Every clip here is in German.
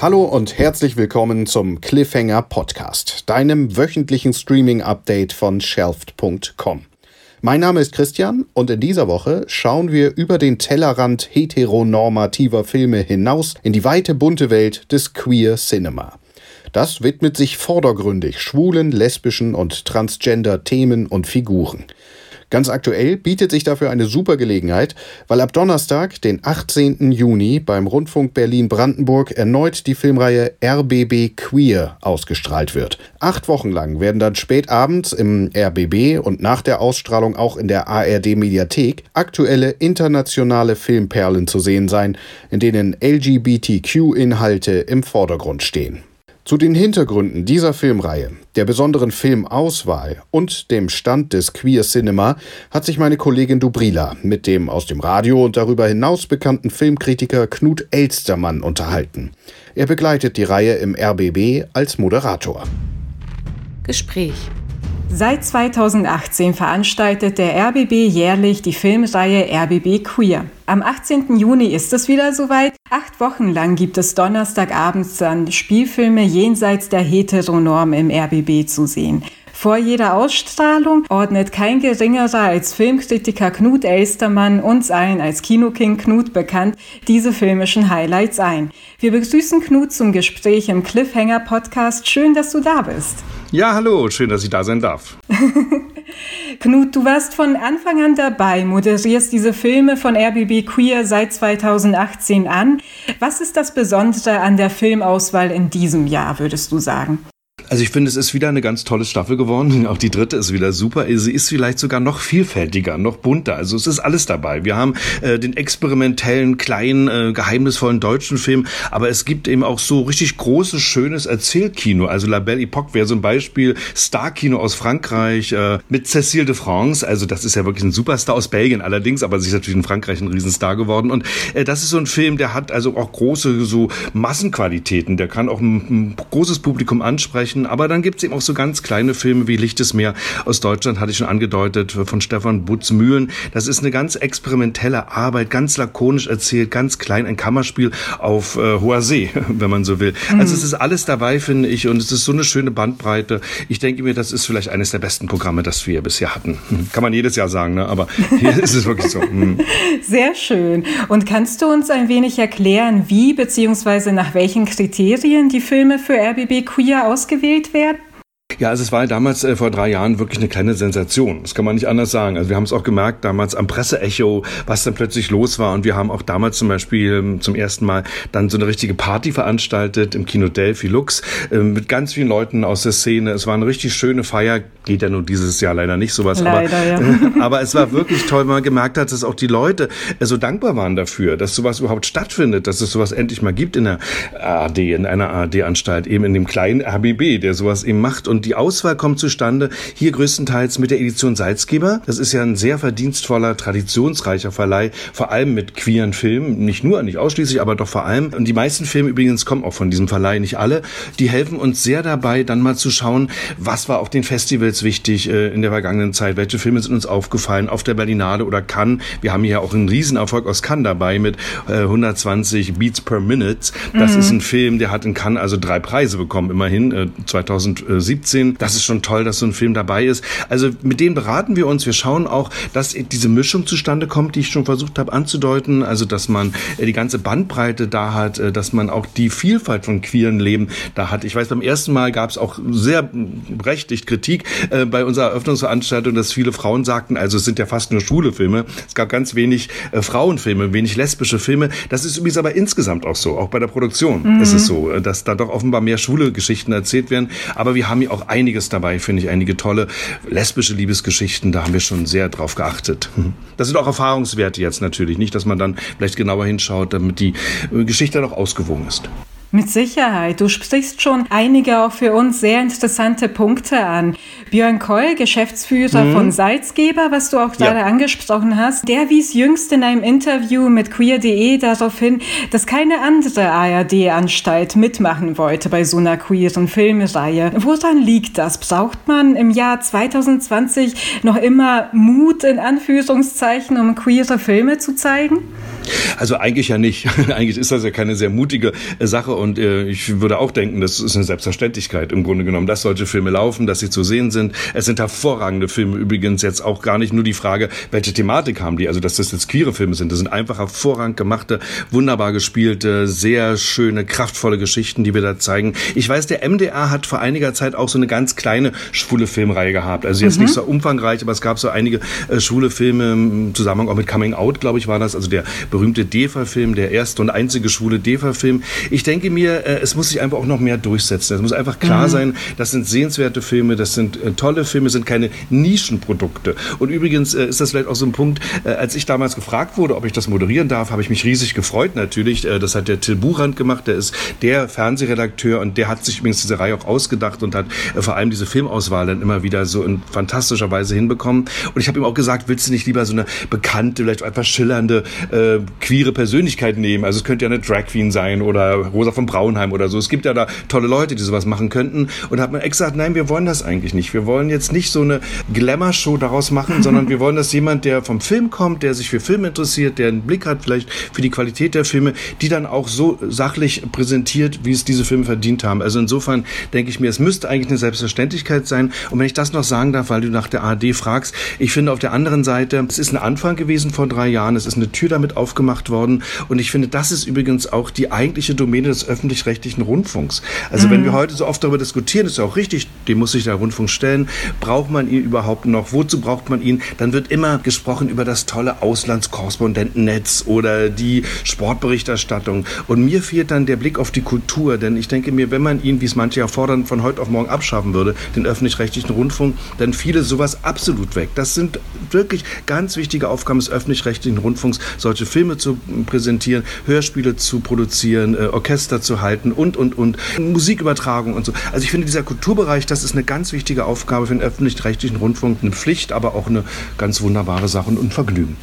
Hallo und herzlich willkommen zum Cliffhanger Podcast, deinem wöchentlichen Streaming-Update von Shelft.com. Mein Name ist Christian und in dieser Woche schauen wir über den Tellerrand heteronormativer Filme hinaus in die weite bunte Welt des Queer Cinema. Das widmet sich vordergründig schwulen, lesbischen und transgender Themen und Figuren. Ganz aktuell bietet sich dafür eine super Gelegenheit, weil ab Donnerstag, den 18. Juni, beim Rundfunk Berlin-Brandenburg erneut die Filmreihe RBB Queer ausgestrahlt wird. 8 Wochen lang werden dann spät abends im RBB und nach der Ausstrahlung auch in der ARD-Mediathek aktuelle internationale Filmperlen zu sehen sein, in denen LGBTQ-Inhalte im Vordergrund stehen. Zu den Hintergründen dieser Filmreihe, der besonderen Filmauswahl und dem Stand des Queer Cinema hat sich meine Kollegin Dobrila mit dem aus dem Radio und darüber hinaus bekannten Filmkritiker Knut Elstermann unterhalten. Er begleitet die Reihe im RBB als Moderator. Gespräch. Seit 2018 veranstaltet der RBB jährlich die Filmreihe RBB Queer. Am 18. Juni ist es wieder soweit. 8 Wochen lang gibt es donnerstagabends dann Spielfilme jenseits der Heteronorm im RBB zu sehen. Vor jeder Ausstrahlung ordnet kein geringerer als Filmkritiker Knut Elstermann, uns allen als Kinoking Knut bekannt, diese filmischen Highlights ein. Wir begrüßen Knut zum Gespräch im Cliffhanger Podcast. Schön, dass du da bist. Ja, hallo, schön, dass ich da sein darf. Knut, du warst von Anfang an dabei, moderierst diese Filme von RBB Queer seit 2018 an. Was ist das Besondere an der Filmauswahl in diesem Jahr, würdest du sagen? Also ich finde, es ist wieder eine ganz tolle Staffel geworden. Auch die dritte ist wieder super. Sie ist vielleicht sogar noch vielfältiger, noch bunter. Also es ist alles dabei. Wir haben den experimentellen, kleinen, geheimnisvollen deutschen Film. Aber es gibt eben auch so richtig großes, schönes Erzählkino. Also La Belle Époque wäre so ein Beispiel. Starkino aus Frankreich mit Cécile de France. Also das ist ja wirklich ein Superstar aus Belgien allerdings. Aber sie ist natürlich in Frankreich ein Riesenstar geworden. Und das ist so ein Film, der hat also auch große so Massenqualitäten. Der kann auch ein großes Publikum ansprechen. Aber dann gibt es eben auch so ganz kleine Filme wie Lichtes Meer aus Deutschland, hatte ich schon angedeutet, von Stefan Butz-Mühlen. Das ist eine ganz experimentelle Arbeit, ganz lakonisch erzählt, ganz klein, ein Kammerspiel auf hoher See, wenn man so will. Also es ist alles dabei, finde ich, und es ist so eine schöne Bandbreite. Ich denke mir, das ist vielleicht eines der besten Programme, das wir bisher hatten. Kann man jedes Jahr sagen, ne? Aber hier ist es wirklich so. Sehr schön. Und kannst du uns ein wenig erklären, wie bzw. nach welchen Kriterien die Filme für RBB Queer ausgewählt werden? Ja, also es war damals vor 3 Jahren wirklich eine kleine Sensation. Das kann man nicht anders sagen. Also wir haben es auch gemerkt damals am Presseecho, was dann plötzlich los war. Und wir haben auch damals zum Beispiel zum ersten Mal dann so eine richtige Party veranstaltet im Kino Delphi Lux mit ganz vielen Leuten aus der Szene. Es war eine richtig schöne Feier. Geht ja nur dieses Jahr leider nicht sowas. Leider, ja. Aber es war wirklich toll, weil man gemerkt hat, dass auch die Leute so dankbar waren dafür, dass sowas überhaupt stattfindet, dass es sowas endlich mal gibt in der ARD, in einer ARD-Anstalt, eben in dem kleinen RBB, der sowas eben macht. Und die Auswahl kommt zustande, hier größtenteils mit der Edition Salzgeber. Das ist ja ein sehr verdienstvoller, traditionsreicher Verleih, vor allem mit queeren Filmen. Nicht nur, nicht ausschließlich, aber doch vor allem. Und die meisten Filme übrigens kommen auch von diesem Verleih, nicht alle. Die helfen uns sehr dabei, dann mal zu schauen, was war auf den Festivals wichtig in der vergangenen Zeit, welche Filme sind uns aufgefallen, auf der Berlinale oder Cannes. Wir haben hier auch einen Riesenerfolg aus Cannes dabei mit 120 Beats per Minute. Das ist ein Film, der hat in Cannes also 3 Preise bekommen, immerhin 2017. Das ist schon toll, dass so ein Film dabei ist. Also mit denen beraten wir uns. Wir schauen auch, dass diese Mischung zustande kommt, die ich schon versucht habe anzudeuten. Also dass man die ganze Bandbreite da hat, dass man auch die Vielfalt von queeren Leben da hat. Ich weiß, beim ersten Mal gab es auch sehr berechtigt Kritik bei unserer Eröffnungsveranstaltung, dass viele Frauen sagten, also es sind ja fast nur schwule Filme. Es gab ganz wenig Frauenfilme, wenig lesbische Filme. Das ist übrigens aber insgesamt auch so. Auch bei der Produktion ist es so, dass da doch offenbar mehr schwule Geschichten erzählt werden. Aber wir haben hier auch einiges dabei, finde ich, einige tolle lesbische Liebesgeschichten, da haben wir schon sehr drauf geachtet. Das sind auch Erfahrungswerte jetzt natürlich, nicht, dass man dann vielleicht genauer hinschaut, damit die Geschichte noch ausgewogen ist. Mit Sicherheit. Du sprichst schon einige auch für uns sehr interessante Punkte an. Björn Koll, Geschäftsführer von Salzgeber, was du auch gerade angesprochen hast, der wies jüngst in einem Interview mit queer.de darauf hin, dass keine andere ARD-Anstalt mitmachen wollte bei so einer queeren Filmreihe. Woran liegt das? Braucht man im Jahr 2020 noch immer Mut, in Anführungszeichen, um queere Filme zu zeigen? Also eigentlich ja nicht. Eigentlich ist das ja keine sehr mutige Sache und ich würde auch denken, das ist eine Selbstverständlichkeit im Grunde genommen, dass solche Filme laufen, dass sie zu sehen sind. Es sind hervorragende Filme übrigens, jetzt auch gar nicht nur die Frage, welche Thematik haben die, also dass das jetzt queere Filme sind. Das sind einfach hervorragend gemachte, wunderbar gespielte, sehr schöne, kraftvolle Geschichten, die wir da zeigen. Ich weiß, der MDR hat vor einiger Zeit auch so eine ganz kleine schwule Filmreihe gehabt. Also jetzt nicht so umfangreich, aber es gab so einige schwule Filme im Zusammenhang auch mit Coming Out, glaube ich, war das. Also der berühmte DEFA-Film, der erste und einzige schwule DEFA-Film. Ich denke mir, es muss sich einfach auch noch mehr durchsetzen. Es muss einfach klar sein, das sind sehenswerte Filme, das sind tolle Filme, sind keine Nischenprodukte. Und übrigens ist das vielleicht auch so ein Punkt, als ich damals gefragt wurde, ob ich das moderieren darf, habe ich mich riesig gefreut natürlich. Das hat der Till Buchrand gemacht, der ist der Fernsehredakteur und der hat sich übrigens diese Reihe auch ausgedacht und hat vor allem diese Filmauswahl dann immer wieder so in fantastischer Weise hinbekommen. Und ich habe ihm auch gesagt, willst du nicht lieber so eine bekannte, vielleicht etwas schillernde, queere Persönlichkeit nehmen? Also es könnte ja eine Drag Queen sein oder Rosa von Braunheim oder so. Es gibt ja da tolle Leute, die sowas machen könnten. Und da hat man extra gesagt, nein, wir wollen das eigentlich nicht. Wir wollen jetzt nicht so eine Glamour-Show daraus machen, sondern wir wollen, dass jemand, der vom Film kommt, der sich für Filme interessiert, der einen Blick hat vielleicht für die Qualität der Filme, die dann auch so sachlich präsentiert, wie es diese Filme verdient haben. Also insofern denke ich mir, es müsste eigentlich eine Selbstverständlichkeit sein. Und wenn ich das noch sagen darf, weil du nach der ARD fragst, ich finde auf der anderen Seite, es ist ein Anfang gewesen vor 3 Jahren, es ist eine Tür damit aufgemacht worden und ich finde, das ist übrigens auch die eigentliche Domäne des öffentlich-rechtlichen Rundfunks. Also wenn wir heute so oft darüber diskutieren, ist ja auch richtig, dem muss sich der Rundfunk stellen, braucht man ihn überhaupt noch, wozu braucht man ihn? Dann wird immer gesprochen über das tolle Auslandskorrespondentennetz oder die Sportberichterstattung und mir fehlt dann der Blick auf die Kultur, denn ich denke mir, wenn man ihn, wie es manche ja fordern, von heute auf morgen abschaffen würde, den öffentlich-rechtlichen Rundfunk, dann fiele sowas absolut weg. Das sind wirklich ganz wichtige Aufgaben des öffentlich-rechtlichen Rundfunks, solche Filme zu präsentieren, Hörspiele zu produzieren, Orchester zu halten und. Musikübertragung und so. Also ich finde, dieser Kulturbereich, das ist eine ganz wichtige Aufgabe für den öffentlich-rechtlichen Rundfunk, eine Pflicht, aber auch eine ganz wunderbare Sache und ein Vergnügen.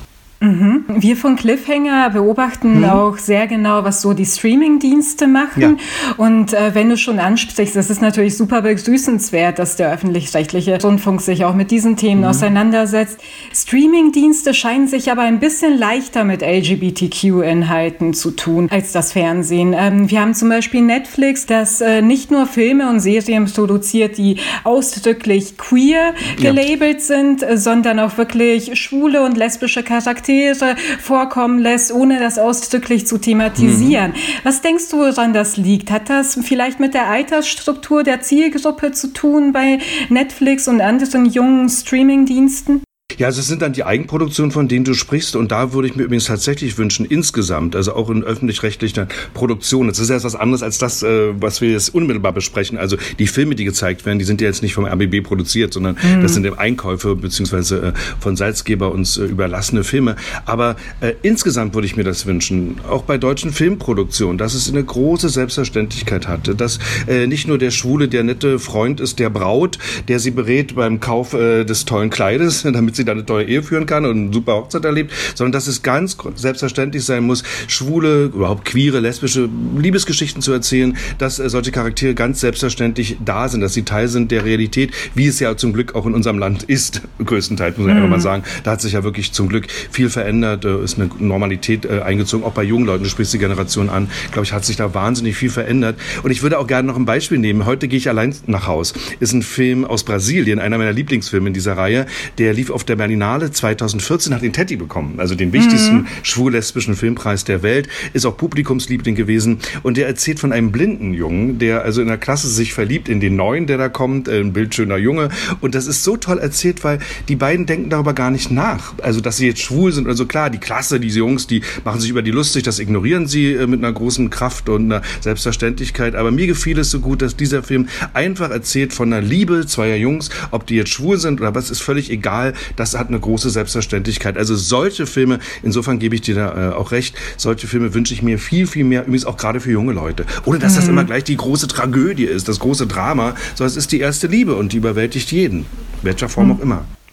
Wir von Cliffhanger beobachten auch sehr genau, was so die Streaming-Dienste machen. Ja. Und wenn du schon ansprichst, das ist natürlich super begrüßenswert, dass der öffentlich-rechtliche Rundfunk sich auch mit diesen Themen auseinandersetzt. Streaming-Dienste scheinen sich aber ein bisschen leichter mit LGBTQ-Inhalten zu tun als das Fernsehen. Wir haben zum Beispiel Netflix, das nicht nur Filme und Serien produziert, die ausdrücklich queer gelabelt sind, sondern auch wirklich schwule und lesbische Charaktere vorkommen lässt, ohne das ausdrücklich zu thematisieren. Was denkst du, woran das liegt? Hat das vielleicht mit der Altersstruktur der Zielgruppe zu tun bei Netflix und anderen jungen Streaming-Diensten? Ja, also es sind dann die Eigenproduktionen, von denen du sprichst und da würde ich mir übrigens tatsächlich wünschen, insgesamt, also auch in öffentlich-rechtlichen Produktionen, das ist ja etwas anderes als das, was wir jetzt unmittelbar besprechen, also die Filme, die gezeigt werden, die sind ja jetzt nicht vom RBB produziert, sondern das sind Einkäufe beziehungsweise von Salzgeber uns überlassene Filme, aber insgesamt würde ich mir das wünschen, auch bei deutschen Filmproduktionen, dass es eine große Selbstverständlichkeit hatte, dass nicht nur der Schwule, der nette Freund ist der Braut, der sie berät beim Kauf des tollen Kleides, damit sie da eine tolle Ehe führen kann und eine super Hochzeit erlebt, sondern dass es ganz selbstverständlich sein muss, schwule, überhaupt queere, lesbische Liebesgeschichten zu erzählen, dass solche Charaktere ganz selbstverständlich da sind, dass sie Teil sind der Realität, wie es ja zum Glück auch in unserem Land ist, größtenteils, muss man einfach mal sagen. Da hat sich ja wirklich zum Glück viel verändert, ist eine Normalität eingezogen, auch bei jungen Leuten, du sprichst die Generation an, glaube ich, hat sich da wahnsinnig viel verändert. Und ich würde auch gerne noch ein Beispiel nehmen. Heute gehe ich allein nach Haus. Ist ein Film aus Brasilien, einer meiner Lieblingsfilme in dieser Reihe, der lief auf der Berlinale 2014, hat den Teddy bekommen, also den wichtigsten schwul-lesbischen Filmpreis der Welt, ist auch Publikumsliebling gewesen und der erzählt von einem blinden Jungen, der also in der Klasse sich verliebt in den Neuen, der da kommt, ein bildschöner Junge und das ist so toll erzählt, weil die beiden denken darüber gar nicht nach, also dass sie jetzt schwul sind, also klar, die Klasse, diese Jungs, die machen sich über die lustig, das ignorieren sie mit einer großen Kraft und einer Selbstverständlichkeit, aber mir gefiel es so gut, dass dieser Film einfach erzählt von einer Liebe zweier Jungs, ob die jetzt schwul sind oder was, ist völlig egal, das hat eine große Selbstverständlichkeit. Also solche Filme, insofern gebe ich dir da auch recht, solche Filme wünsche ich mir viel, viel mehr, übrigens auch gerade für junge Leute. Ohne dass das immer gleich die große Tragödie ist, das große Drama, sondern es ist die erste Liebe und die überwältigt jeden, welcher Form auch immer.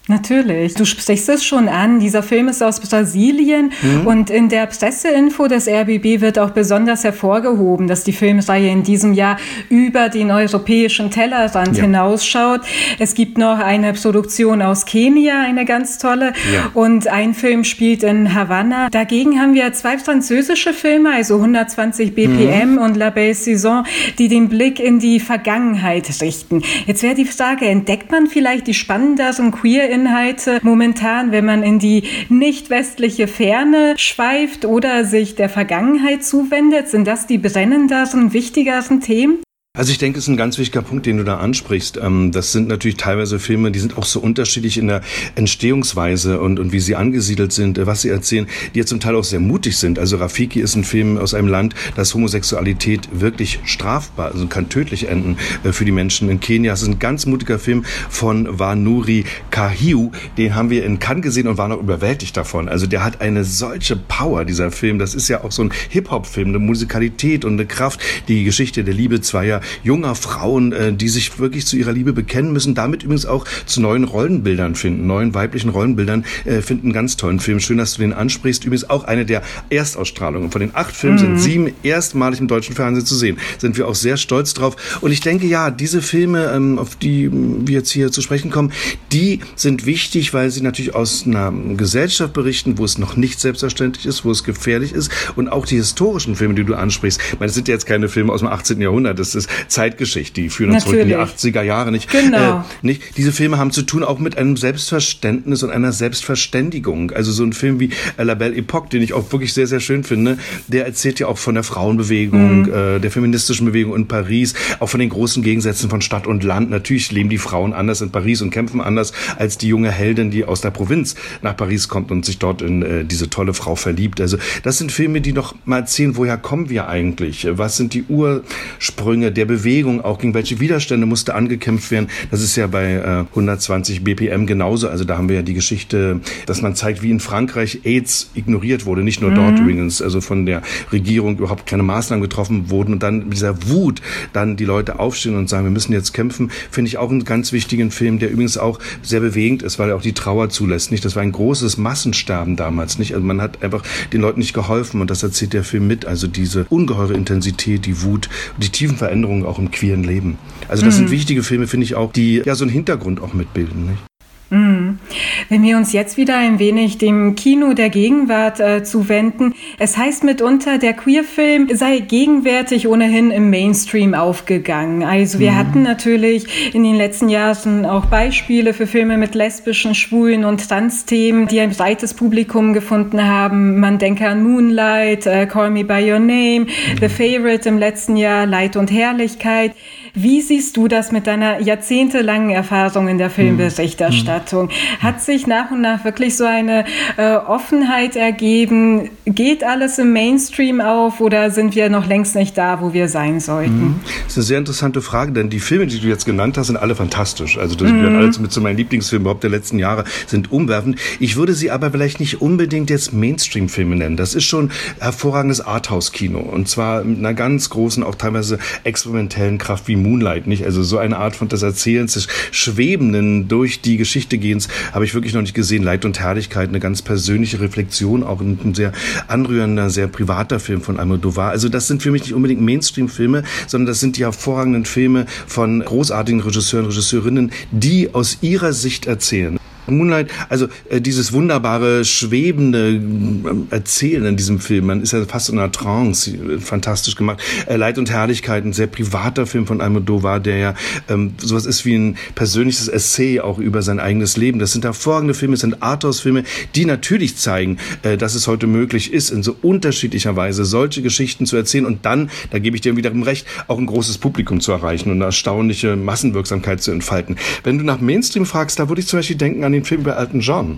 Natürlich. Du sprichst es schon an. Dieser Film ist aus Brasilien und in der Presseinfo des RBB wird auch besonders hervorgehoben, dass die Filmreihe in diesem Jahr über den europäischen Tellerrand hinausschaut. Es gibt noch eine Produktion aus Kenia, eine ganz tolle, und ein Film spielt in Havanna. Dagegen haben wir 2 französische Filme, also 120 BPM und La Belle Saison, die den Blick in die Vergangenheit richten. Jetzt wäre die Frage, entdeckt man vielleicht die spannenderen Queer-Inhalte momentan, wenn man in die nicht westliche Ferne schweift oder sich der Vergangenheit zuwendet? Sind das die brennenderen, wichtigeren Themen? Also ich denke, es ist ein ganz wichtiger Punkt, den du da ansprichst. Das sind natürlich teilweise Filme, die sind auch so unterschiedlich in der Entstehungsweise und wie sie angesiedelt sind, was sie erzählen, die ja zum Teil auch sehr mutig sind. Also Rafiki ist ein Film aus einem Land, das Homosexualität wirklich strafbar, also kann tödlich enden für die Menschen in Kenia. Es ist ein ganz mutiger Film von Wanuri Kahiu. Den haben wir in Cannes gesehen und waren auch überwältigt davon. Also der hat eine solche Power, dieser Film. Das ist ja auch so ein Hip-Hop-Film, eine Musikalität und eine Kraft. Die Geschichte der Liebe zweier junger Frauen, die sich wirklich zu ihrer Liebe bekennen müssen, damit übrigens auch zu neuen Rollenbildern finden, neuen weiblichen Rollenbildern, finden einen ganz tollen Film. Schön, dass du den ansprichst. Übrigens auch eine der Erstausstrahlungen. Von den 8 Filmen sind 7 erstmalig im deutschen Fernsehen zu sehen. Sind wir auch sehr stolz drauf. Und ich denke, ja, diese Filme, auf die wir jetzt hier zu sprechen kommen, die sind wichtig, weil sie natürlich aus einer Gesellschaft berichten, wo es noch nicht selbstverständlich ist, wo es gefährlich ist. Und auch die historischen Filme, die du ansprichst, ich meine, das sind ja jetzt keine Filme aus dem 18. Jahrhundert, das ist Zeitgeschichte, die führen uns zurück in die 80er Jahre, nicht? Genau. Nicht? Diese Filme haben zu tun auch mit einem Selbstverständnis und einer Selbstverständigung. Also so ein Film wie La Belle Époque, den ich auch wirklich sehr, sehr schön finde, der erzählt ja auch von der Frauenbewegung, der feministischen Bewegung in Paris, auch von den großen Gegensätzen von Stadt und Land. Natürlich leben die Frauen anders in Paris und kämpfen anders als die junge Heldin, die aus der Provinz nach Paris kommt und sich dort in diese tolle Frau verliebt. Also das sind Filme, die noch mal erzählen, woher kommen wir eigentlich? Was sind die Ursprünge der Bewegung, auch gegen welche Widerstände musste angekämpft werden. Das ist ja bei 120 BPM genauso. Also da haben wir ja die Geschichte, dass man zeigt, wie in Frankreich AIDS ignoriert wurde. Nicht nur dort übrigens, also von der Regierung überhaupt keine Maßnahmen getroffen wurden und dann mit dieser Wut dann die Leute aufstehen und sagen, wir müssen jetzt kämpfen. Finde ich auch einen ganz wichtigen Film, der übrigens auch sehr bewegend ist, weil er auch die Trauer zulässt. Nicht? Das war ein großes Massensterben damals. Nicht? Also man hat einfach den Leuten nicht geholfen und das erzählt der Film mit. Also diese ungeheure Intensität, die Wut, die tiefen Veränderungen auch im queeren Leben. Also das sind wichtige Filme, finde ich auch, die ja so einen Hintergrund auch mitbilden. Nicht? Wenn wir uns jetzt wieder ein wenig dem Kino der Gegenwart zuwenden. Es heißt mitunter, der Queerfilm sei gegenwärtig ohnehin im Mainstream aufgegangen. Also wir hatten natürlich in den letzten Jahren auch Beispiele für Filme mit lesbischen, schwulen und Trans-Themen, die ein breites Publikum gefunden haben. Man denke an Moonlight, Call Me By Your Name, The Favorite im letzten Jahr, Leid und Herrlichkeit. Wie siehst du das mit deiner jahrzehntelangen Erfahrung in der Filmberichterstattung? Hat sich nach und nach wirklich so eine Offenheit ergeben? Geht alles im Mainstream auf oder sind wir noch längst nicht da, wo wir sein sollten? Das ist eine sehr interessante Frage, denn die Filme, die du jetzt genannt hast, sind alle fantastisch. Also das gehören alle mit zu meinen Lieblingsfilmen überhaupt der letzten Jahre, sind umwerfend. Ich würde sie aber vielleicht nicht unbedingt jetzt Mainstream-Filme nennen. Das ist schon hervorragendes Arthouse-Kino und zwar mit einer ganz großen, auch teilweise experimentellen Kraft wie Moonlight, nicht? Also so eine Art von des Erzählens, des Schwebenden durch die Geschichte gehens, habe ich wirklich noch nicht gesehen. Leid und Herrlichkeit, eine ganz persönliche Reflexion, auch ein sehr anrührender, sehr privater Film von Almodovar. Also das sind für mich nicht unbedingt Mainstream-Filme, sondern das sind die hervorragenden Filme von großartigen Regisseuren, Regisseurinnen, die aus ihrer Sicht erzählen. Moonlight, also dieses wunderbare, schwebende Erzählen in diesem Film, man ist ja fast in einer Trance, fantastisch gemacht. Leid und Herrlichkeit, ein sehr privater Film von Almodovar, der ja sowas ist wie ein persönliches Essay auch über sein eigenes Leben. Das sind hervorragende Filme, das sind Arthouse-Filme, die natürlich zeigen, dass es heute möglich ist, in so unterschiedlicher Weise solche Geschichten zu erzählen und dann, da gebe ich dir wiederum recht, auch ein großes Publikum zu erreichen und eine erstaunliche Massenwirksamkeit zu entfalten. Wenn du nach Mainstream fragst, da würde ich zum Beispiel denken an den Film über Elton John,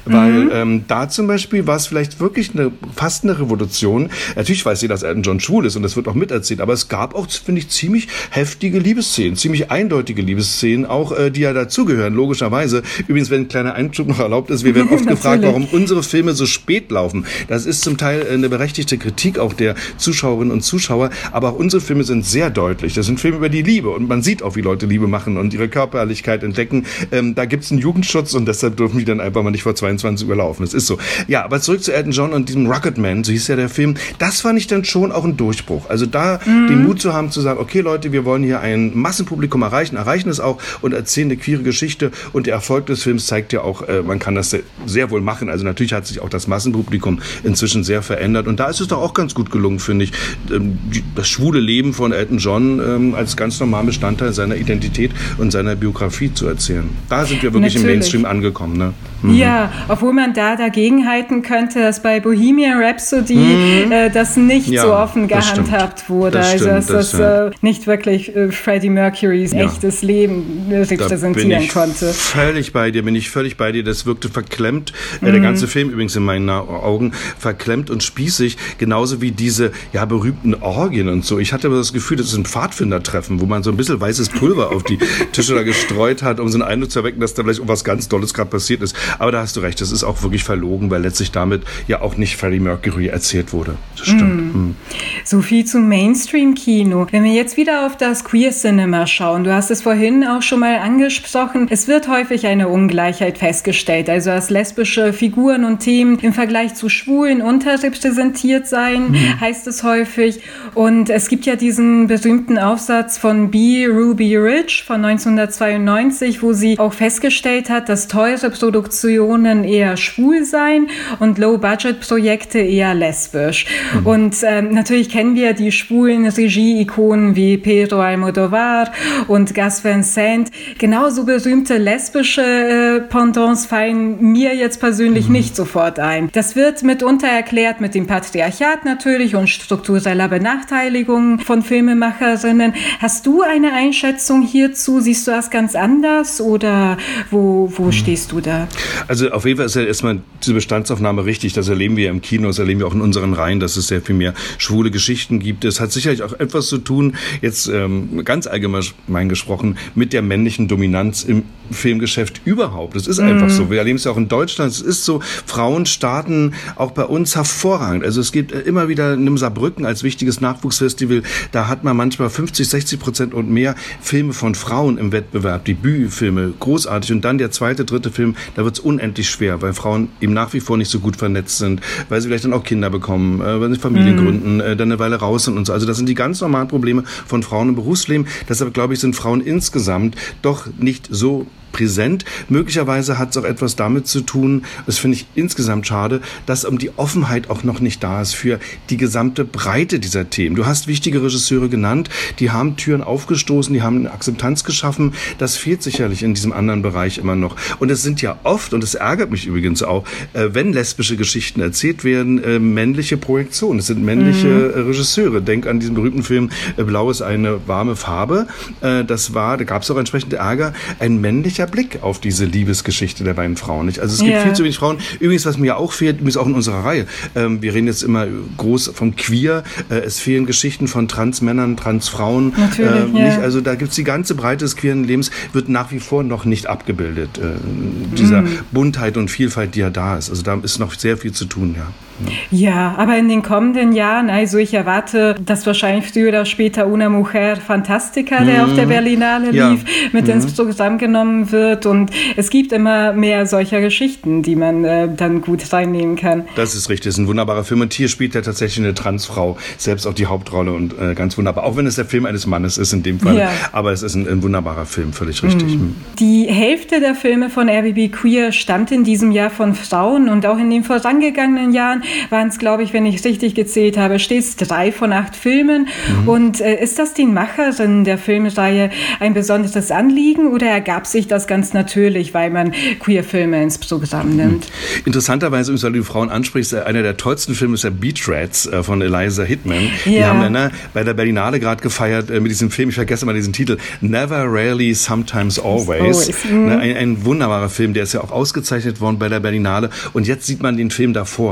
weil da zum Beispiel war es vielleicht wirklich fast eine Revolution. Natürlich weiß jeder, dass Elton John schwul ist und das wird auch miterzählt, aber es gab auch, finde ich, ziemlich heftige Liebesszenen, ziemlich eindeutige Liebesszenen, auch die ja dazugehören, logischerweise. Übrigens, wenn ein kleiner Einschub noch erlaubt ist, wir werden oft gefragt, warum unsere Filme so spät laufen. Das ist zum Teil eine berechtigte Kritik auch der Zuschauerinnen und Zuschauer, aber auch unsere Filme sind sehr deutlich. Das sind Filme über die Liebe und man sieht auch, wie Leute Liebe machen und ihre Körperlichkeit entdecken. Da gibt es einen Jugendschutz und deshalb dürfen die dann einfach mal nicht vor 22 Uhr laufen. Das ist so. Ja, aber zurück zu Elton John und diesem Rocketman, so hieß ja der Film. Das fand ich dann schon auch ein Durchbruch. Also da den Mut zu haben, zu sagen, okay Leute, wir wollen hier ein Massenpublikum erreichen es auch und erzählen eine queere Geschichte. Und der Erfolg des Films zeigt ja auch, man kann das sehr wohl machen. Also natürlich hat sich auch das Massenpublikum inzwischen sehr verändert. Und da ist es doch auch ganz gut gelungen, finde ich, das schwule Leben von Elton John als ganz normalen Bestandteil seiner Identität und seiner Biografie zu erzählen. Da sind wir wirklich im Mainstream angekommen. Ne? Ja, obwohl man da dagegenhalten könnte, dass bei Bohemian Rhapsody das nicht so offen gehandhabt wurde. Dass das nicht wirklich Freddie Mercurys echtes Leben repräsentieren konnte. Bin ich völlig bei dir. Das wirkte verklemmt. Der ganze Film übrigens in meinen Augen verklemmt und spießig. Genauso wie diese berühmten Orgien und so. Ich hatte aber das Gefühl, das ist ein Pfadfindertreffen, wo man so ein bisschen weißes Pulver auf die Tische da gestreut hat, um so einen Eindruck zu erwecken, dass da vielleicht was ganz Dolles gerade passiert ist. Aber da hast du recht, das ist auch wirklich verlogen, weil letztlich damit ja auch nicht Freddie Mercury erzählt wurde. Das stimmt. So viel zum Mainstream-Kino. Wenn wir jetzt wieder auf das Queer-Cinema schauen, du hast es vorhin auch schon mal angesprochen, es wird häufig eine Ungleichheit festgestellt, also dass lesbische Figuren und Themen im Vergleich zu Schwulen unterrepräsentiert seien, heißt es häufig. Und es gibt ja diesen berühmten Aufsatz von B. Ruby Rich von 1992, wo sie auch festgestellt hat, dass teure Produktionen eher schwul seien und Low-Budget-Projekte eher lesbisch. Und natürlich kennen wir die schwulen Regie-Ikonen wie Pedro Almodovar und Gus Van Sant. Genauso berühmte lesbische Pendants fallen mir jetzt persönlich nicht sofort ein. Das wird mitunter erklärt mit dem Patriarchat natürlich und struktureller Benachteiligung von Filmemacherinnen. Hast du eine Einschätzung hierzu? Siehst du das ganz anders oder wo stehst du da? Also auf jeden Fall ist ja erstmal diese Bestandsaufnahme richtig. Das erleben wir im Kino, das erleben wir auch in unseren Reihen, dass es sehr viel mehr schwule Geschichten gibt. Es hat sicherlich auch etwas zu tun, jetzt ganz allgemein gesprochen, mit der männlichen Dominanz im Filmgeschäft überhaupt. Das ist einfach so. Wir erleben es ja auch in Deutschland. Es ist so, Frauen starten auch bei uns hervorragend. Also es gibt immer wieder Nimm Saarbrücken als wichtiges Nachwuchsfestival. Da hat man manchmal 50-60% und mehr Filme von Frauen im Wettbewerb. Debütfilme, großartig. Und dann der zweite, dritte Film, da wird es unendlich schwer, weil Frauen eben nach wie vor nicht so gut vernetzt sind, weil sie vielleicht dann auch Kinder bekommen, weil sie Familien gründen, dann eine Weile raus sind und so. Also das sind die ganz normalen Probleme von Frauen im Berufsleben. Deshalb, glaube ich, sind Frauen insgesamt doch nicht so präsent. Möglicherweise hat es auch etwas damit zu tun, das finde ich insgesamt schade, dass die Offenheit auch noch nicht da ist für die gesamte Breite dieser Themen. Du hast wichtige Regisseure genannt, die haben Türen aufgestoßen, die haben eine Akzeptanz geschaffen. Das fehlt sicherlich in diesem anderen Bereich immer noch. Und es sind ja oft, und es ärgert mich übrigens auch, wenn lesbische Geschichten erzählt werden, männliche Projektionen. Es sind männliche Regisseure. Denk an diesen berühmten Film Blau ist eine warme Farbe. Da gab es auch entsprechend Ärger. Ein männlicher Blick auf diese Liebesgeschichte der beiden Frauen. Nicht? Also es gibt viel zu wenig Frauen. Übrigens, was mir auch fehlt, übrigens auch in unserer Reihe, wir reden jetzt immer groß vom Queer, es fehlen Geschichten von Transmännern, Transfrauen. Nicht? Also da gibt es die ganze Breite des queeren Lebens, wird nach wie vor noch nicht abgebildet. Dieser Buntheit und Vielfalt, die ja da ist. Also da ist noch sehr viel zu tun, ja. Ja, aber in den kommenden Jahren, also ich erwarte, dass wahrscheinlich früher oder später Una Mujer Fantastica, der auf der Berlinale lief, mit ins Programm genommen wird und es gibt immer mehr solcher Geschichten, die man dann gut reinnehmen kann. Das ist richtig, das ist ein wunderbarer Film und hier spielt ja tatsächlich eine Transfrau selbst auch die Hauptrolle und ganz wunderbar, auch wenn es der Film eines Mannes ist in dem Fall, aber es ist ein wunderbarer Film, völlig richtig. Die Hälfte der Filme von RBB Queer stammt in diesem Jahr von Frauen und auch in den vorangegangenen Jahren waren es, glaube ich, wenn ich es richtig gezählt habe, stets 3 von 8 Filmen. Und ist das den Macherinnen der Filmreihe ein besonderes Anliegen oder ergab sich das ganz natürlich, weil man Queer-Filme ins Programm nimmt? Interessanterweise, weil du die Frauen ansprichst, einer der tollsten Filme ist der Beach Rats von Eliza Hittman. Die haben wir bei der Berlinale gerade gefeiert mit diesem Film, ich vergesse mal diesen Titel, Never, Rarely, Sometimes, Always. Ein wunderbarer Film, der ist ja auch ausgezeichnet worden bei der Berlinale. Und jetzt sieht man den Film davor, Beach Rats.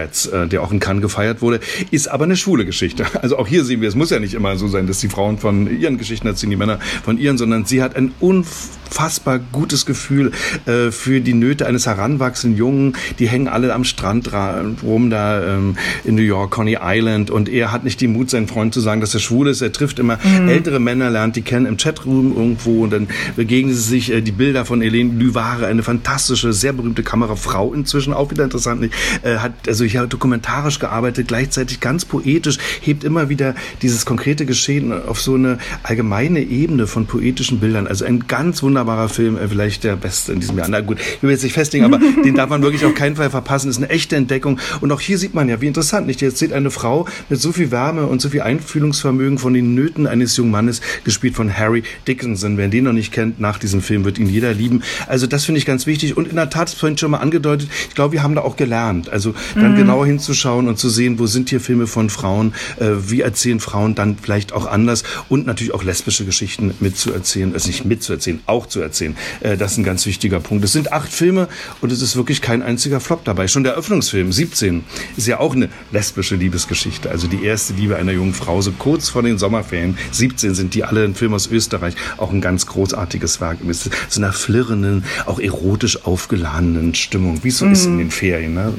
Rats, der auch in Cannes gefeiert wurde, ist aber eine schwule Geschichte. Also auch hier sehen wir, es muss ja nicht immer so sein, dass die Frauen von ihren Geschichten erzählen, die Männer von ihren, sondern sie hat ein unfassbar gutes Gefühl für die Nöte eines heranwachsenden Jungen. Die hängen alle am Strand rum da in New York, Coney Island, und er hat nicht den Mut, seinen Freund zu sagen, dass er schwul ist. Er trifft immer ältere Männer, lernt die kennen im Chatroom irgendwo, und dann begegnen sie sich. Die Bilder von Helene Luvare, eine fantastische, sehr berühmte Kamerafrau inzwischen, auch wieder interessant, hat also hier dokumentarisch gearbeitet, gleichzeitig ganz poetisch, hebt immer wieder dieses konkrete Geschehen auf so eine allgemeine Ebene von poetischen Bildern. Also ein ganz wunderbarer Film, vielleicht der beste in diesem Jahr. Na gut, ich will jetzt nicht festlegen, aber den darf man wirklich auf keinen Fall verpassen. Das ist eine echte Entdeckung. Und auch hier sieht man ja, wie interessant, nicht? Jetzt sieht eine Frau mit so viel Wärme und so viel Einfühlungsvermögen von den Nöten eines jungen Mannes, gespielt von Harry Dickinson. Wer den noch nicht kennt, nach diesem Film wird ihn jeder lieben. Also das finde ich ganz wichtig. Und in der Tat, das vorhin schon mal angedeutet, ich glaube, wir haben da auch gelernt. Also dann genauer hinzuschauen und zu sehen, wo sind hier Filme von Frauen, wie erzählen Frauen dann vielleicht auch anders, und natürlich auch lesbische Geschichten mitzuerzählen, also nicht mitzuerzählen, auch zu erzählen. Das ist ein ganz wichtiger Punkt. Es sind 8 Filme und es ist wirklich kein einziger Flop dabei. Schon der Eröffnungsfilm, 17, ist ja auch eine lesbische Liebesgeschichte. Also die erste Liebe einer jungen Frau, so kurz vor den Sommerferien. 17 sind die alle, ein Film aus Österreich, auch ein ganz großartiges Werk. Mit so einer flirrenden, auch erotisch aufgeladenen Stimmung, wie es so ist in den Ferien. Ne?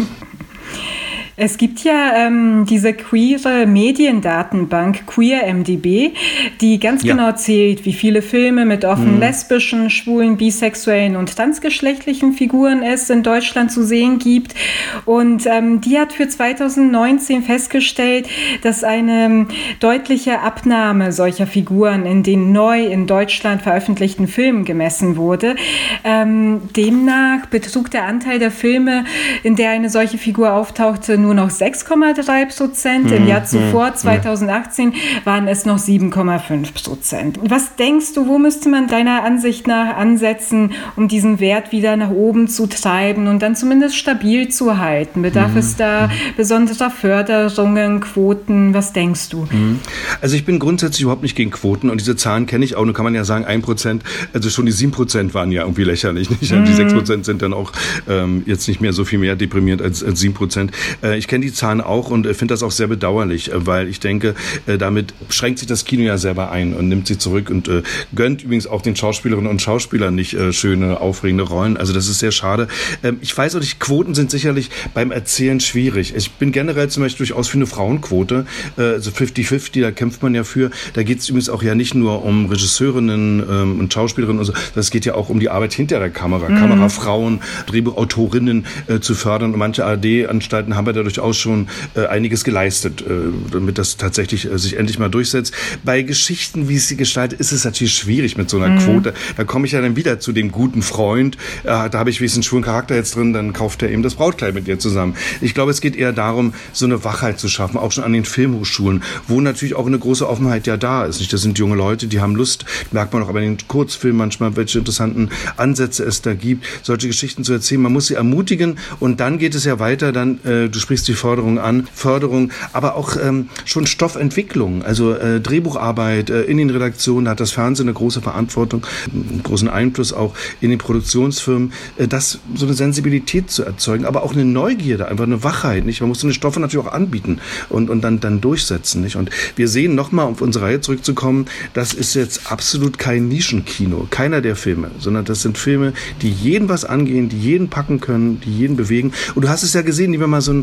Es gibt ja diese queere Mediendatenbank QueerMDB, die ganz genau zählt, wie viele Filme mit offen lesbischen, schwulen, bisexuellen und transgeschlechtlichen Figuren es in Deutschland zu sehen gibt. Und die hat für 2019 festgestellt, dass eine deutliche Abnahme solcher Figuren in den neu in Deutschland veröffentlichten Filmen gemessen wurde. Demnach betrug der Anteil der Filme, in der eine solche Figur auftauchte, nur noch 6,3%. Im Jahr zuvor, 2018, waren es noch 7,5%. Was denkst du, wo müsste man deiner Ansicht nach ansetzen, um diesen Wert wieder nach oben zu treiben und dann zumindest stabil zu halten? Bedarf es da besonderer Förderungen, Quoten? Was denkst du? Also ich bin grundsätzlich überhaupt nicht gegen Quoten, und diese Zahlen kenne ich auch. Nun kann man ja sagen, 1%, also schon die 7% waren ja irgendwie lächerlich. Nicht? Die 6% sind dann auch jetzt nicht mehr so viel mehr deprimierend als 7%. Ich kenne die Zahlen auch und finde das auch sehr bedauerlich, weil ich denke, damit schränkt sich das Kino ja selber ein und nimmt sie zurück und gönnt übrigens auch den Schauspielerinnen und Schauspielern nicht schöne, aufregende Rollen. Also das ist sehr schade. Ich weiß auch nicht, Quoten sind sicherlich beim Erzählen schwierig. Ich bin generell zum Beispiel durchaus für eine Frauenquote, also 50-50, da kämpft man ja für. Da geht es übrigens auch ja nicht nur um Regisseurinnen und Schauspielerinnen und so, das geht ja auch um die Arbeit hinter der Kamera. Kamerafrauen, Drehbuchautorinnen zu fördern, und manche ARD-Anstalten haben ja dadurch auch schon einiges geleistet, damit das tatsächlich sich endlich mal durchsetzt. Bei Geschichten, wie es sie gestaltet, ist es natürlich schwierig mit so einer Quote. Da komme ich ja dann wieder zu dem guten Freund. Da habe ich wenigstens einen schwulen Charakter jetzt drin, dann kauft er eben das Brautkleid mit ihr zusammen. Ich glaube, es geht eher darum, so eine Wachheit zu schaffen, auch schon an den Filmhochschulen, wo natürlich auch eine große Offenheit ja da ist. Nicht, das sind junge Leute, die haben Lust, merkt man auch bei den Kurzfilmen manchmal, welche interessanten Ansätze es da gibt, solche Geschichten zu erzählen. Man muss sie ermutigen, und dann geht es ja weiter, dann, du sprichst die Förderung an, aber auch schon Stoffentwicklung, also Drehbucharbeit in den Redaktionen, da hat das Fernsehen eine große Verantwortung, einen großen Einfluss auch in den Produktionsfirmen, das so eine Sensibilität zu erzeugen, aber auch eine Neugierde, einfach eine Wachheit, nicht? Man muss so eine Stoffe natürlich auch anbieten und dann durchsetzen, nicht? Und wir sehen, nochmal auf unsere Reihe zurückzukommen, das ist jetzt absolut kein Nischenkino, keiner der Filme, sondern das sind Filme, die jeden was angehen, die jeden packen können, die jeden bewegen. Und du hast es ja gesehen, nehmen wir mal so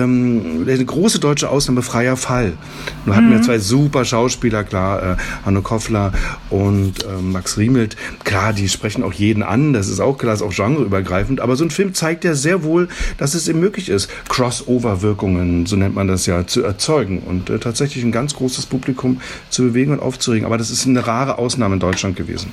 eine große deutsche Ausnahme, Freier Fall. Nun hatten wir 2 super Schauspieler, klar, Hanno Koffler und Max Riemelt. Klar, die sprechen auch jeden an, das ist auch klar, das ist auch genreübergreifend, aber so ein Film zeigt ja sehr wohl, dass es eben möglich ist, Crossover-Wirkungen, so nennt man das ja, zu erzeugen und tatsächlich ein ganz großes Publikum zu bewegen und aufzuregen. Aber das ist eine rare Ausnahme in Deutschland gewesen.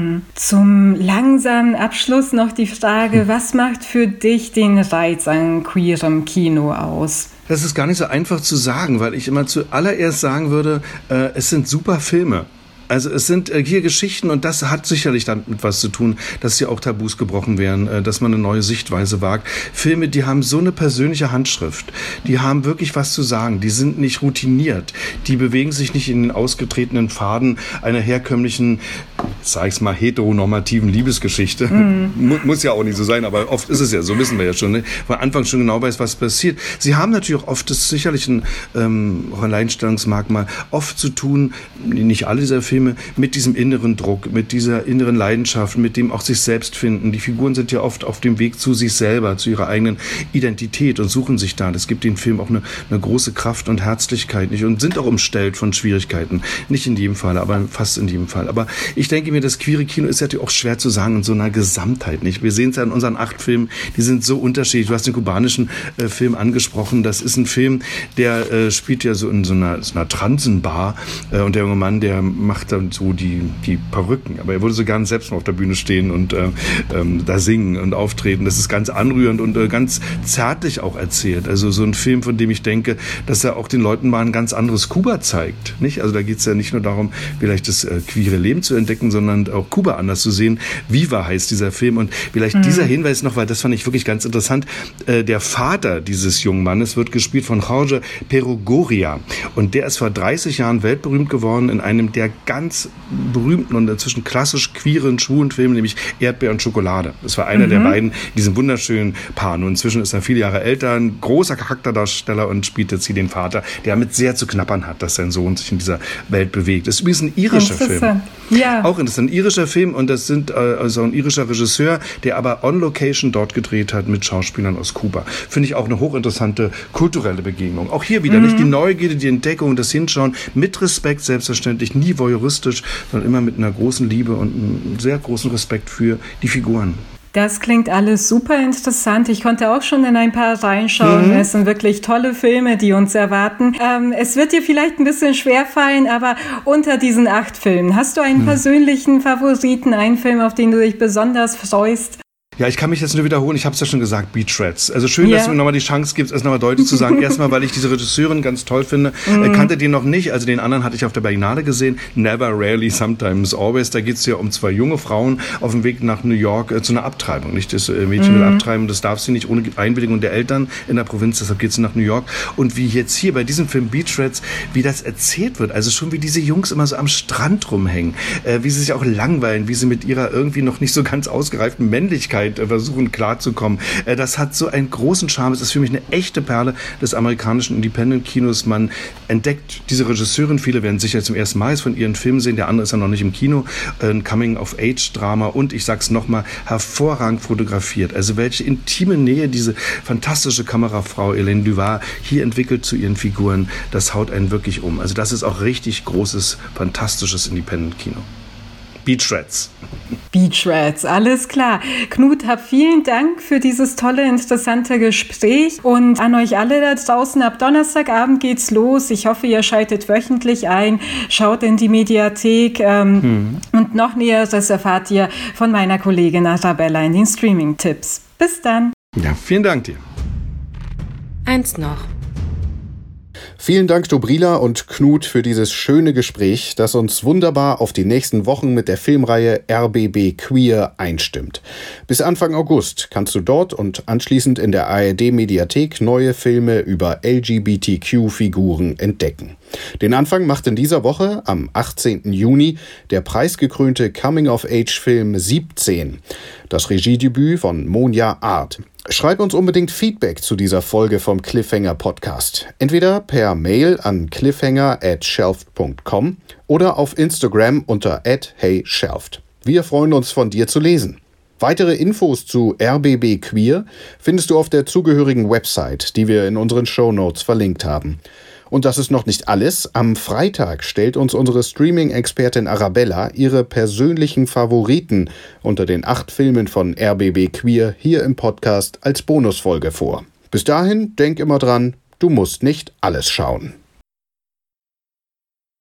Zum langsamen Abschluss noch die Frage, was macht für dich den Reiz an queerem Kino aus? Das ist gar nicht so einfach zu sagen, weil ich immer zuallererst sagen würde, es sind super Filme. Also es sind hier Geschichten und das hat sicherlich damit was zu tun, dass hier auch Tabus gebrochen werden, dass man eine neue Sichtweise wagt. Filme, die haben so eine persönliche Handschrift, die haben wirklich was zu sagen, die sind nicht routiniert, die bewegen sich nicht in den ausgetretenen Pfaden einer herkömmlichen, sag ich's mal, heteronormativen Liebesgeschichte. Muss ja auch nicht so sein, aber oft ist es ja, so wissen wir ja schon, ne? Von Anfang schon genau weiß, was passiert. Sie haben natürlich auch oft, das ist sicherlich ein Alleinstellungsmerkmal, oft zu tun, nicht alle dieser Filme, mit diesem inneren Druck, mit dieser inneren Leidenschaft, mit dem auch sich selbst finden. Die Figuren sind ja oft auf dem Weg zu sich selber, zu ihrer eigenen Identität und suchen sich da. Das gibt den Film auch eine große Kraft und Herzlichkeit nicht und sind auch umstellt von Schwierigkeiten. Nicht in jedem Fall, aber fast in jedem Fall. Aber ich denke mir, das queere Kino ist natürlich auch schwer zu sagen in so einer Gesamtheit, nicht? Wir sehen es ja in unseren 8 Filmen, die sind so unterschiedlich. Du hast den kubanischen Film angesprochen. Das ist ein Film, der spielt ja so in so einer Transenbar und der junge Mann, der macht dann so die Perücken. Aber er würde so gerne selbst mal auf der Bühne stehen und da singen und auftreten. Das ist ganz anrührend und ganz zärtlich auch erzählt. Also so ein Film, von dem ich denke, dass er auch den Leuten mal ein ganz anderes Kuba zeigt. Nicht? Also da geht es ja nicht nur darum, vielleicht das queere Leben zu entdecken, sondern auch Kuba anders zu sehen. Viva heißt dieser Film. Und vielleicht dieser Hinweis noch, weil das fand ich wirklich ganz interessant. Der Vater dieses jungen Mannes wird gespielt von Jorge Perugoria. Und der ist vor 30 Jahren weltberühmt geworden in einem der ganz berühmten und inzwischen klassisch queeren, schwulen Filmen, nämlich Erdbeer und Schokolade. Das war einer der beiden, diesen wunderschönen Paar. Und inzwischen ist er viele Jahre älter, ein großer Charakterdarsteller und spielt jetzt hier den Vater, der damit sehr zu knappern hat, dass sein Sohn sich in dieser Welt bewegt. Das ist übrigens ein irischer Film. Ja. Auch interessant, ein irischer Film und das sind also ein irischer Regisseur, der aber on Location dort gedreht hat mit Schauspielern aus Kuba. Finde ich auch eine hochinteressante kulturelle Begegnung. Auch hier wieder nicht die Neugierde, die Entdeckung, das Hinschauen mit Respekt selbstverständlich, nie voyeuristisch, sondern immer mit einer großen Liebe und einem sehr großen Respekt für die Figuren. Das klingt alles super interessant. Ich konnte auch schon in ein paar reinschauen. Es sind wirklich tolle Filme, die uns erwarten. Es wird dir vielleicht ein bisschen schwerfallen, aber unter diesen 8 Filmen, hast du einen persönlichen Favoriten, einen Film, auf den du dich besonders freust? Ja, ich kann mich jetzt nur wiederholen, ich habe es ja schon gesagt, Beach Rats. Also schön, dass du mir nochmal die Chance gibst, es nochmal deutlich zu sagen. Erstmal, weil ich diese Regisseurin ganz toll finde. Kannte den noch nicht, also den anderen hatte ich auf der Berlinale gesehen. Never, Rarely, Sometimes, Always. Da geht es ja um 2 junge Frauen auf dem Weg nach New York zu einer Abtreibung. Nicht? Das Mädchen will abtreiben, das darf sie nicht ohne Einwilligung der Eltern in der Provinz, deshalb geht sie nach New York. Und wie jetzt hier bei diesem Film Beach Rats, wie das erzählt wird, also schon wie diese Jungs immer so am Strand rumhängen, wie sie sich auch langweilen, wie sie mit ihrer irgendwie noch nicht so ganz ausgereiften Männlichkeit versuchen klarzukommen. Das hat so einen großen Charme. Es ist für mich eine echte Perle des amerikanischen Independent-Kinos. Man entdeckt diese Regisseurin, viele werden sicher zum ersten Mal von ihren Filmen sehen, der andere ist ja noch nicht im Kino, ein Coming-of-Age-Drama und ich sag's nochmal, hervorragend fotografiert. Also welche intime Nähe diese fantastische Kamerafrau Hélène Duvall hier entwickelt zu ihren Figuren, das haut einen wirklich um. Also das ist auch richtig großes, fantastisches Independent-Kino. Beach Rats. Beach Rats, alles klar. Knut, hab vielen Dank für dieses tolle, interessante Gespräch und an euch alle da draußen, ab Donnerstagabend geht's los. Ich hoffe, ihr schaltet wöchentlich ein, schaut in die Mediathek und noch Näheres erfahrt ihr von meiner Kollegin Arabella in den Streaming-Tipps. Bis dann. Ja, vielen Dank dir. Eins noch. Vielen Dank, Dobrila und Knut, für dieses schöne Gespräch, das uns wunderbar auf die nächsten Wochen mit der Filmreihe RBB Queer einstimmt. Bis Anfang August kannst du dort und anschließend in der ARD-Mediathek neue Filme über LGBTQ-Figuren entdecken. Den Anfang macht in dieser Woche, am 18. Juni, der preisgekrönte Coming-of-Age-Film 17, das Regiedebüt von Monja Art. Schreib uns unbedingt Feedback zu dieser Folge vom Cliffhanger Podcast. Entweder per Mail an cliffhanger@shelft.com oder auf Instagram unter @heyshelft. Wir freuen uns, von dir zu lesen. Weitere Infos zu RBB Queer findest du auf der zugehörigen Website, die wir in unseren Shownotes verlinkt haben. Und das ist noch nicht alles. Am Freitag stellt uns unsere Streaming-Expertin Arabella ihre persönlichen Favoriten unter den 8 Filmen von RBB Queer hier im Podcast als Bonusfolge vor. Bis dahin, denk immer dran, du musst nicht alles schauen.